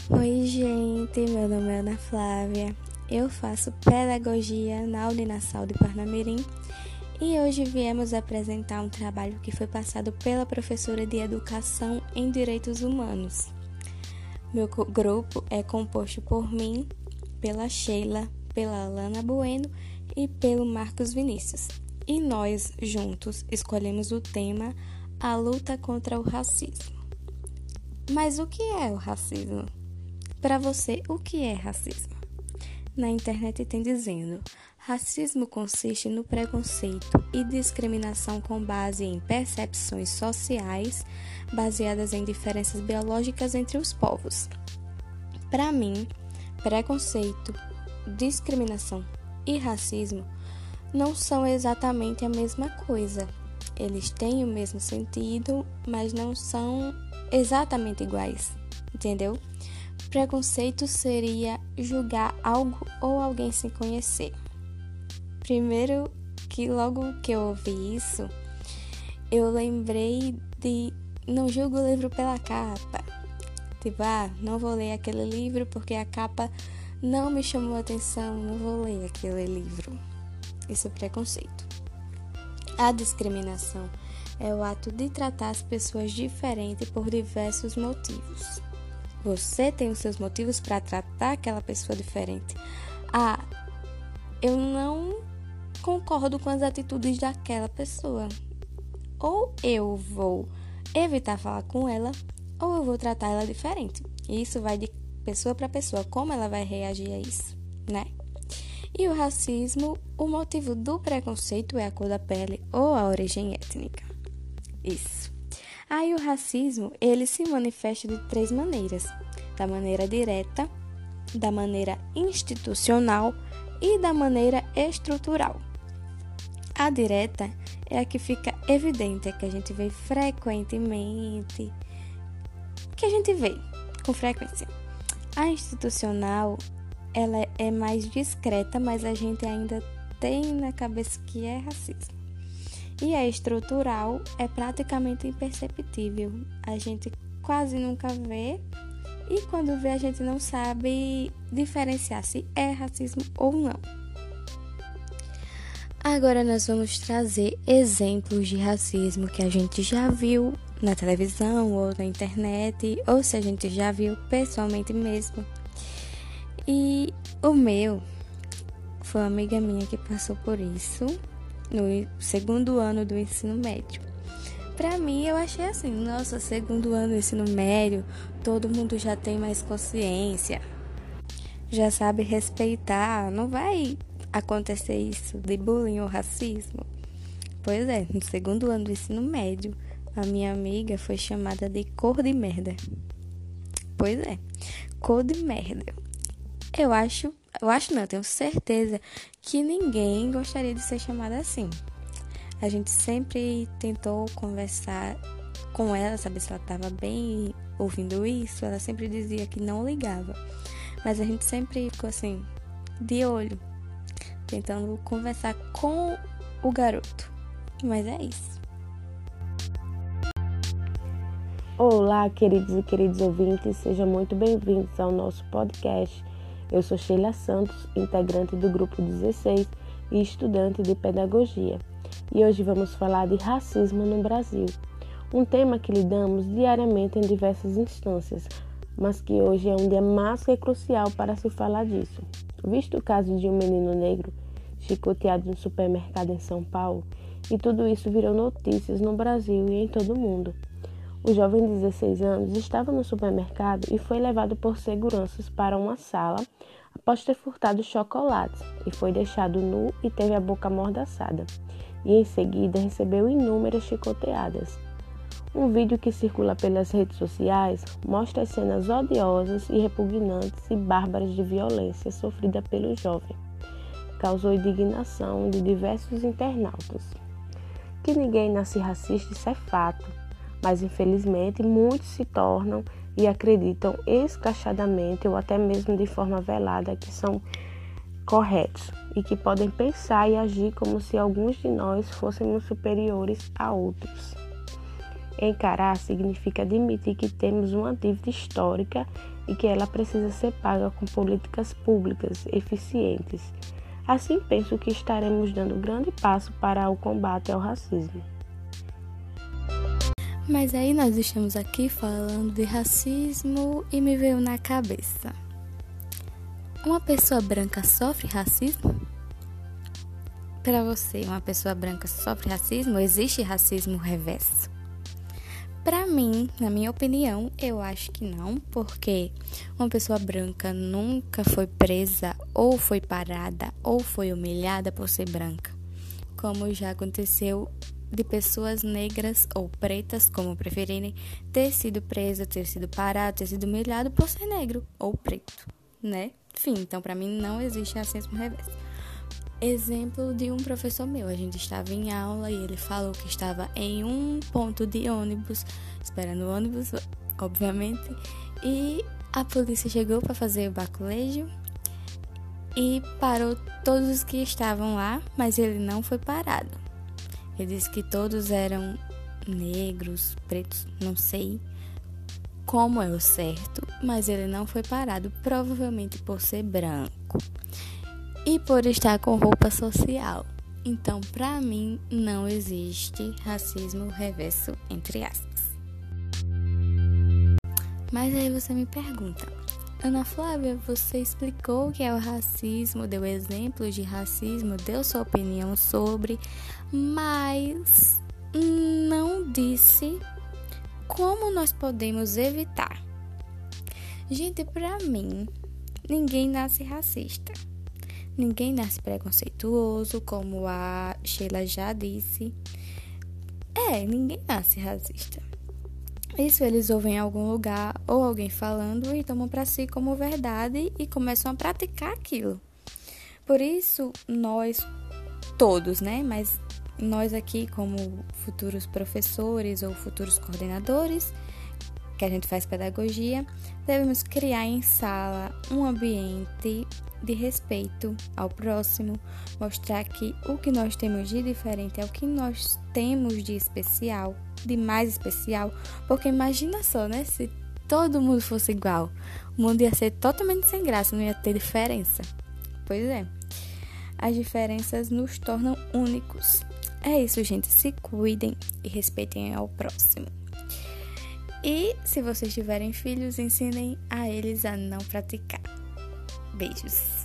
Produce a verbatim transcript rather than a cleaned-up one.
Oi, gente, meu nome é Ana Flávia, eu faço Pedagogia na Uninasal de Parnamirim e hoje viemos apresentar um trabalho que foi passado pela professora de Educação em Direitos Humanos. Meu grupo é composto por mim, pela Sheila, pela Alana Bueno e pelo Marcos Vinícius. E nós, juntos, escolhemos o tema A Luta contra o Racismo. Mas o que é o racismo? Para você, o que é racismo? Na internet tem dizendo: racismo consiste no preconceito e discriminação com base em percepções sociais baseadas em diferenças biológicas entre os povos. Para mim, preconceito, discriminação e racismo não são exatamente a mesma coisa. Eles têm o mesmo sentido, mas não são exatamente iguais, entendeu? Preconceito seria julgar algo ou alguém sem conhecer. Primeiro que logo que eu ouvi isso, eu lembrei de não julgo o livro pela capa. Tipo, ah, não vou ler aquele livro porque a capa não me chamou a atenção, não vou ler aquele livro. Isso é preconceito. A discriminação é o ato de tratar as pessoas diferente por diversos motivos. Você tem os seus motivos para tratar aquela pessoa diferente. Ah, eu não concordo com as atitudes daquela pessoa. Ou eu vou evitar falar com ela, ou eu vou tratar ela diferente. E isso vai de pessoa para pessoa, como ela vai reagir a isso, né? E o racismo, o motivo do preconceito é a cor da pele ou a origem étnica. Isso. Aí o racismo, ele se manifesta de três maneiras: da maneira direta, da maneira institucional e da maneira estrutural. A direta é a que fica evidente, é que a gente vê frequentemente, que a gente vê com frequência. A institucional, ela é mais discreta, mas a gente ainda tem na cabeça que é racismo. E a estrutural é praticamente imperceptível. A gente quase nunca vê e quando vê a gente não sabe diferenciar se é racismo ou não. Agora nós vamos trazer exemplos de racismo que a gente já viu na televisão ou na internet, ou se a gente já viu pessoalmente mesmo. E o meu foi uma amiga minha que passou por isso no segundo ano do ensino médio. Pra mim, eu achei assim, nossa, segundo ano do ensino médio, todo mundo já tem mais consciência, já sabe respeitar, não vai acontecer isso de bullying ou racismo. Pois é, no segundo ano do ensino médio, a minha amiga foi chamada de cor de merda. Pois é, cor de merda. Eu acho, eu acho não, eu tenho certeza que ninguém gostaria de ser chamada assim. A gente sempre tentou conversar com ela, saber se ela estava bem ouvindo isso. Ela sempre dizia que não ligava. Mas a gente sempre ficou assim, de olho, tentando conversar com o garoto. Mas é isso. Olá, queridos e queridos ouvintes. Sejam muito bem-vindos ao nosso podcast. Eu sou Sheila Santos, integrante do grupo dezesseis e estudante de Pedagogia. E hoje vamos falar de racismo no Brasil, um tema que lidamos diariamente em diversas instâncias, mas que hoje é um dia mais que crucial para se falar disso. Visto o caso de um menino negro chicoteado no supermercado em São Paulo, e tudo isso virou notícias no Brasil e em todo o mundo. O jovem de dezesseis anos estava no supermercado e foi levado por seguranças para uma sala após ter furtado chocolates e foi deixado nu e teve a boca amordaçada. E em seguida recebeu inúmeras chicoteadas. Um vídeo que circula pelas redes sociais mostra as cenas odiosas e repugnantes e bárbaras de violência sofrida pelo jovem. Causou indignação de diversos internautas. Que ninguém nasce racista, isso é fato, mas infelizmente muitos se tornam e acreditam escrachadamente ou até mesmo de forma velada que são corretos e que podem pensar e agir como se alguns de nós fôssemos superiores a outros. Encarar significa admitir que temos uma dívida histórica e que ela precisa ser paga com políticas públicas eficientes. Assim, penso que estaremos dando um grande passo para o combate ao racismo. Mas aí nós estamos aqui falando de racismo e me veio na cabeça: uma pessoa branca sofre racismo? Para você, uma pessoa branca sofre racismo? Existe racismo reverso? Para mim, na minha opinião, eu acho que não, porque uma pessoa branca nunca foi presa ou foi parada ou foi humilhada por ser branca, como já aconteceu de pessoas negras ou pretas, como preferirem, ter sido presa, ter sido parado, ter sido humilhado por ser negro ou preto, né? Enfim, então para mim não existe racismo reverso. Exemplo de um professor meu, a gente estava em aula e ele falou que estava em um ponto de ônibus, esperando o ônibus, obviamente, e a polícia chegou para fazer o baculejo e parou todos os que estavam lá, mas ele não foi parado. Ele disse que todos eram negros, pretos, não sei como é o certo, mas ele não foi parado, provavelmente por ser branco e por estar com roupa social. Então, para mim, não existe racismo reverso, entre aspas. Mas aí você me pergunta: Ana Flávia, você explicou o que é o racismo, deu exemplos de racismo, deu sua opinião sobre, mas não disse como nós podemos evitar. Gente, pra mim, ninguém nasce racista. Ninguém nasce preconceituoso, como a Sheila já disse. É, ninguém nasce racista. Isso eles ouvem em algum lugar ou alguém falando e tomam para si como verdade e começam a praticar aquilo. Por isso, nós todos, né? Mas nós aqui, como futuros professores ou futuros coordenadores, que a gente faz pedagogia, devemos criar em sala um ambiente de respeito ao próximo, mostrar que o que nós temos de diferente é o que nós temos de especial, de mais especial, porque imagina só, né, se todo mundo fosse igual, o mundo ia ser totalmente sem graça, não ia ter diferença. Pois é, as diferenças nos tornam únicos. É isso, gente, se cuidem e respeitem ao próximo. E se vocês tiverem filhos, ensinem a eles a não praticar. Beijos.